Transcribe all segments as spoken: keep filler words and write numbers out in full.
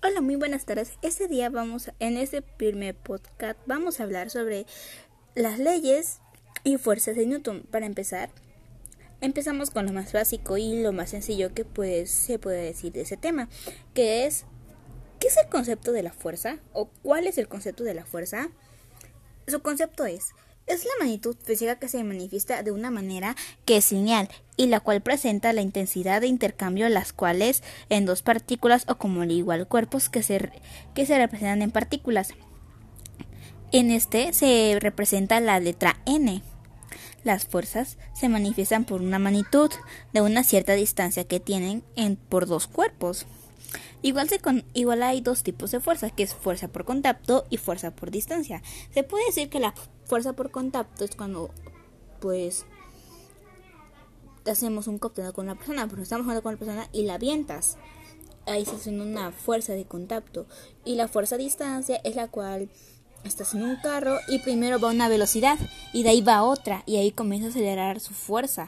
Hola, muy buenas tardes. Este día vamos, en este primer podcast, vamos a hablar sobre las leyes y fuerzas de Newton. Para empezar, empezamos con lo más básico y lo más sencillo que pues, se puede decir de ese tema, que es, ¿qué es el concepto de la fuerza? ¿O cuál es el concepto de la fuerza? Su concepto es, es la magnitud física que se manifiesta de una manera que es lineal y la cual presenta la intensidad de intercambio las cuales en dos partículas o como al igual cuerpos que se, que se representan en partículas. En este se representa la letra N. Las fuerzas se manifiestan por una magnitud de una cierta distancia que tienen en, por dos cuerpos. Igual, se con, igual hay dos tipos de fuerza, que es fuerza por contacto y fuerza por distancia. Se puede decir que la fuerza por contacto es cuando, pues, hacemos un contacto con la persona, pero estamos jugando con la persona y la avientas. Ahí se hace una fuerza de contacto. Y la fuerza a distancia es la cual estás en un carro y primero va a una velocidad y de ahí va a otra y ahí comienza a acelerar su fuerza.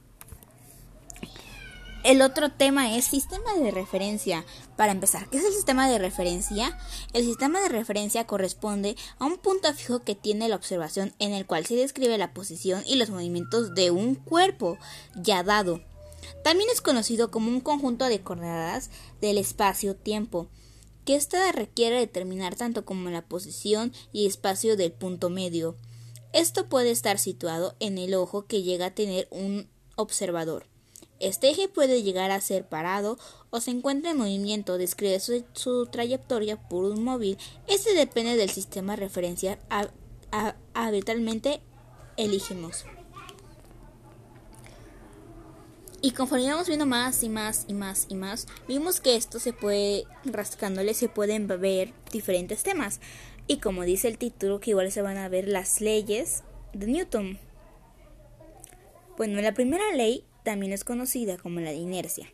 El otro tema es sistema de referencia. Para empezar, ¿qué es el sistema de referencia? El sistema de referencia corresponde a un punto fijo que tiene la observación en el cual se describe la posición y los movimientos de un cuerpo ya dado. También es conocido como un conjunto de coordenadas del espacio-tiempo, que ésta requiere determinar tanto como la posición y espacio del punto medio. Esto puede estar situado en el ojo que llega a tener un observador. Este eje puede llegar a ser parado o se encuentra en movimiento, describe su, su trayectoria por un móvil. Este depende del sistema referencial a, a, habitualmente elegimos. Y conforme vamos viendo más y más y más y más, vimos que esto se puede, rascándole, se pueden ver diferentes temas. Y como dice el título, que igual se van a ver las leyes de Newton. Bueno, la primera ley también es conocida como la de inercia.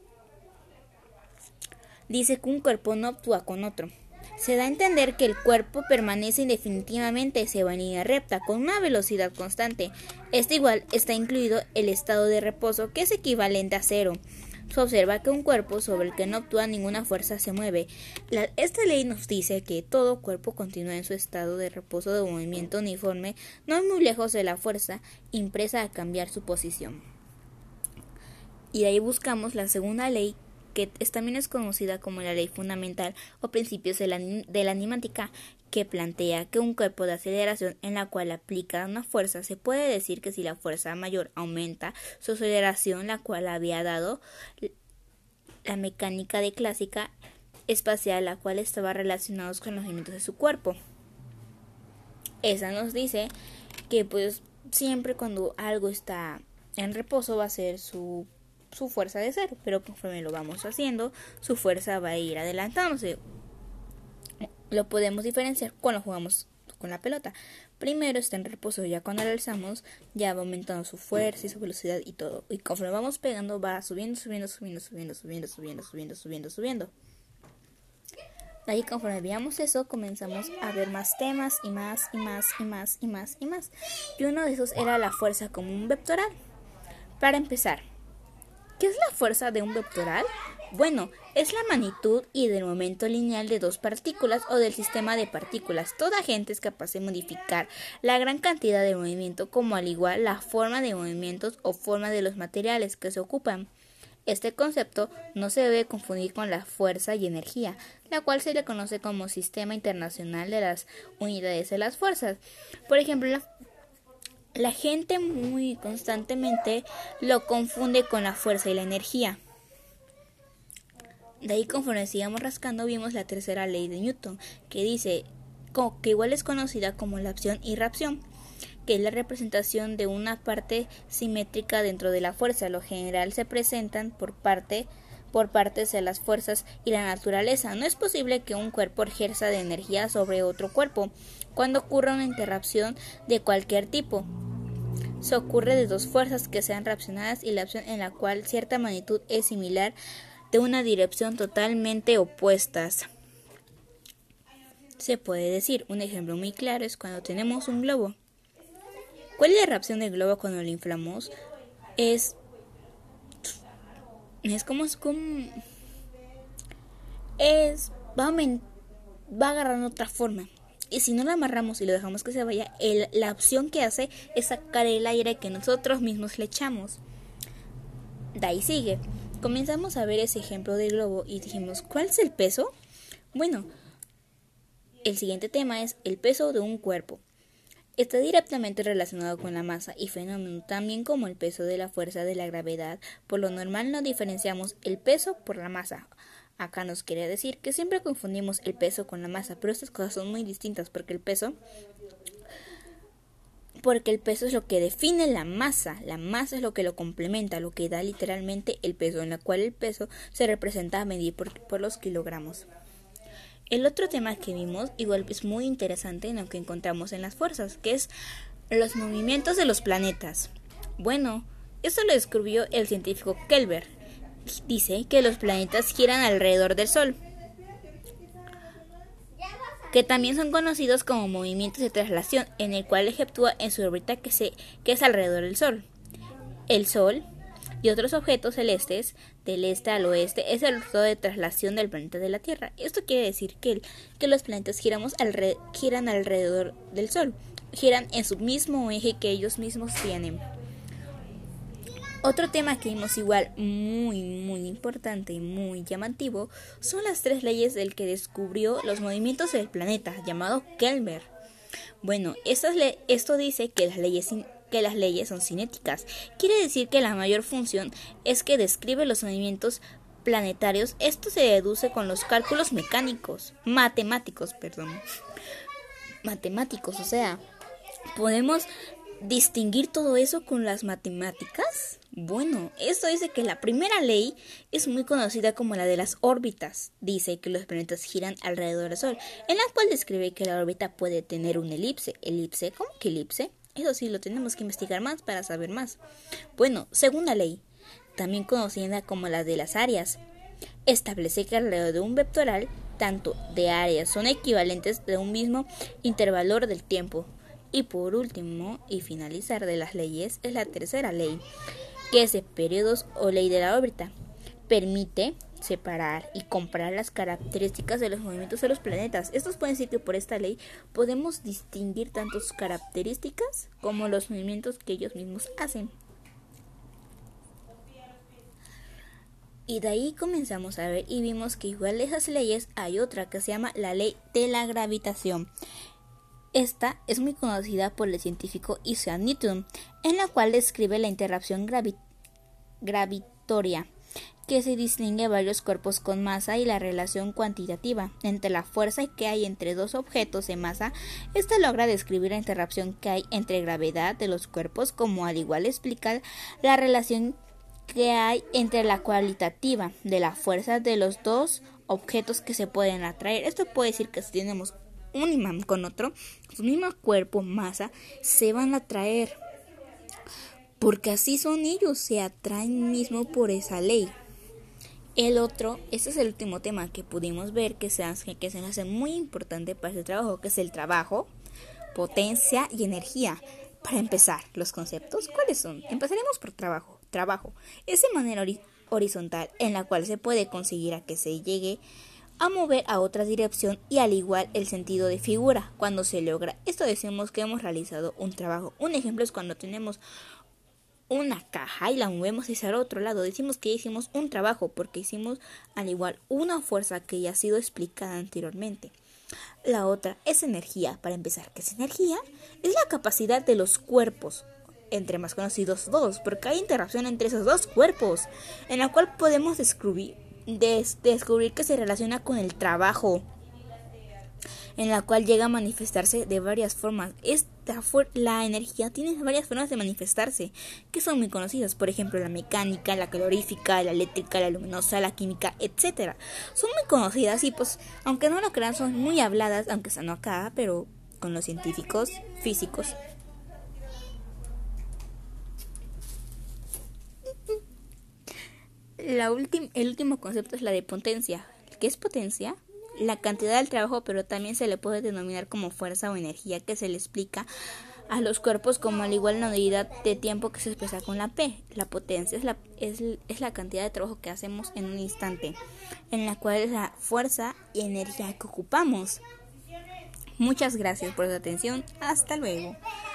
Dice que un cuerpo no actúa con otro. Se da a entender que el cuerpo permanece indefinitivamente se va en línea recta con una velocidad constante. Este igual está incluido el estado de reposo, que es equivalente a cero. Se observa que un cuerpo sobre el que no actúa ninguna fuerza se mueve. La, esta ley nos dice que todo cuerpo continúa en su estado de reposo de movimiento uniforme, no muy lejos de la fuerza impresa a cambiar su posición. Y de ahí buscamos la segunda ley, que es, también es conocida como la ley fundamental o principios de la, de la nimática, que plantea que un cuerpo de aceleración en la cual aplica una fuerza, se puede decir que si la fuerza mayor aumenta su aceleración, la cual había dado la mecánica de clásica espacial, la cual estaba relacionada con los movimientos de su cuerpo. Esa nos dice que pues siempre cuando algo está en reposo va a ser su su fuerza de cero, pero conforme lo vamos haciendo, su fuerza va a ir adelantándose. Lo podemos diferenciar cuando jugamos con la pelota. Primero está en reposo, ya cuando la alzamos, ya va aumentando su fuerza y su velocidad y todo. Y conforme vamos pegando, va subiendo, subiendo, subiendo, subiendo, subiendo, subiendo, subiendo, subiendo, subiendo. De ahí conforme veamos eso, comenzamos a ver más temas y más y más y más y más y más. Y uno de esos era la fuerza como un vectoral. Para empezar, ¿qué es la fuerza de un vectoral? Bueno, es la magnitud y del momento lineal de dos partículas o del sistema de partículas. Toda agente es capaz de modificar la gran cantidad de movimiento, como al igual la forma de movimientos o forma de los materiales que se ocupan. Este concepto no se debe confundir con la fuerza y energía, la cual se le conoce como Sistema Internacional de las Unidades de las Fuerzas. Por ejemplo, la La gente muy constantemente lo confunde con la fuerza y la energía. De ahí conforme sigamos rascando vimos la tercera ley de Newton, que dice que igual es conocida como la acción y reacción, que es la representación de una parte simétrica dentro de la fuerza. Lo general se presentan por parte por partes de las fuerzas y la naturaleza. No es posible que un cuerpo ejerza de energía sobre otro cuerpo cuando ocurra una interacción de cualquier tipo. Se ocurre de dos fuerzas que sean reaccionadas y la opción en la cual cierta magnitud es similar de una dirección totalmente opuestas. Se puede decir, un ejemplo muy claro es cuando tenemos un globo. ¿Cuál es la reacción del globo cuando lo inflamos? Es es como, es como es va, aument- va agarrando otra forma. Y si no lo amarramos y lo dejamos que se vaya, el, la opción que hace es sacar el aire que nosotros mismos le echamos. De ahí sigue. Comenzamos a ver ese ejemplo del globo y dijimos, ¿cuál es el peso? Bueno, el siguiente tema es el peso de un cuerpo. Está directamente relacionado con la masa y fenómeno, también como el peso de la fuerza de la gravedad. Por lo normal no diferenciamos el peso por la masa. Acá nos quiere decir que siempre confundimos el peso con la masa, pero estas cosas son muy distintas porque el peso porque el peso es lo que define la masa, la masa es lo que lo complementa, lo que da literalmente el peso, en la cual el peso se representa a medir por, por los kilogramos. El otro tema que vimos igual es muy interesante en lo que encontramos en las fuerzas, que es los movimientos de los planetas. Bueno, esto lo descubrió el científico Kelvin. Dice que los planetas giran alrededor del Sol, que también son conocidos como movimientos de traslación, en el cual efectúa en su órbita que, se, que es alrededor del Sol. El Sol y otros objetos celestes del este al oeste es el método de traslación del planeta de la Tierra. Esto quiere decir que, el, que los planetas giramos alre, giran alrededor del Sol, giran en su mismo eje que ellos mismos tienen. Otro tema que vimos igual muy muy importante y muy llamativo son las tres leyes del que descubrió los movimientos del planeta, llamado Kelvin. Bueno, le- esto dice que las leyes que las leyes son cinéticas. Quiere decir que la mayor función es que describe los movimientos planetarios. Esto se deduce con los cálculos mecánicos, matemáticos, perdón. Matemáticos, o sea, podemos distinguir todo eso con las matemáticas. Bueno, esto dice que la primera ley es muy conocida como la de las órbitas. Dice que los planetas giran alrededor del Sol, en la cual describe que la órbita puede tener un elipse. ¿Elipse? ¿Cómo que elipse? Eso sí, lo tenemos que investigar más para saber más. Bueno, segunda ley, también conocida como la de las áreas. Establece que alrededor de un vectoral, tanto de áreas son equivalentes de un mismo intervalor del tiempo. Y por último, y finalizar de las leyes, es la tercera ley, que es de periodos o ley de la órbita. Permite separar y comparar las características de los movimientos de los planetas. Estos pueden decir que por esta ley podemos distinguir tanto sus características como los movimientos que ellos mismos hacen. Y de ahí comenzamos a ver y vimos que igual de esas leyes hay otra que se llama la ley de la gravitación. Esta es muy conocida por el científico Isaac Newton, en la cual describe la interacción gravi- gravitoria, que se distingue varios cuerpos con masa y la relación cuantitativa entre la fuerza que hay entre dos objetos de masa. Esta logra describir la interacción que hay entre gravedad de los cuerpos, como al igual explica la relación que hay entre la cualitativa de la fuerza de los dos objetos que se pueden atraer. Esto puede decir que si tenemos un imán con otro, su mismo cuerpo, masa, se van a atraer, porque así son ellos, se atraen mismo por esa ley. El otro, este es el último tema que pudimos ver que se hace, que se hace muy importante para este trabajo, que es el trabajo, potencia y energía. Para empezar, los conceptos, ¿cuáles son? Empezaremos por trabajo. Trabajo es de manera hori- horizontal en la cual se puede conseguir a que se llegue a mover a otra dirección, y al igual el sentido de figura. Cuando se logra esto decimos que hemos realizado un trabajo. Un ejemplo es cuando tenemos una caja y la movemos hacia el otro lado. Decimos que hicimos un trabajo porque hicimos al igual una fuerza que ya ha sido explicada anteriormente. La otra es energía. Para empezar, ¿qué es energía? Es la capacidad de los cuerpos, entre más conocidos dos, porque hay interacción entre esos dos cuerpos, en la cual podemos descubrir De descubrir que se relaciona con el trabajo, en la cual llega a manifestarse de varias formas. Esta la energía tiene varias formas de manifestarse, que son muy conocidas, por ejemplo la mecánica, la calorífica, la eléctrica, la luminosa, la química, etcétera. Son muy conocidas y pues, aunque no lo crean, son muy habladas, aunque están acá, pero con los científicos físicos. La ultim- el último concepto es la de potencia. ¿Qué es potencia? La cantidad del trabajo, pero también se le puede denominar como fuerza o energía, que se le explica a los cuerpos como al igual la unidad de tiempo que se expresa con la P. La potencia es la, es, es la cantidad de trabajo que hacemos en un instante, en la cual es la fuerza y energía que ocupamos. Muchas gracias por su atención. Hasta luego.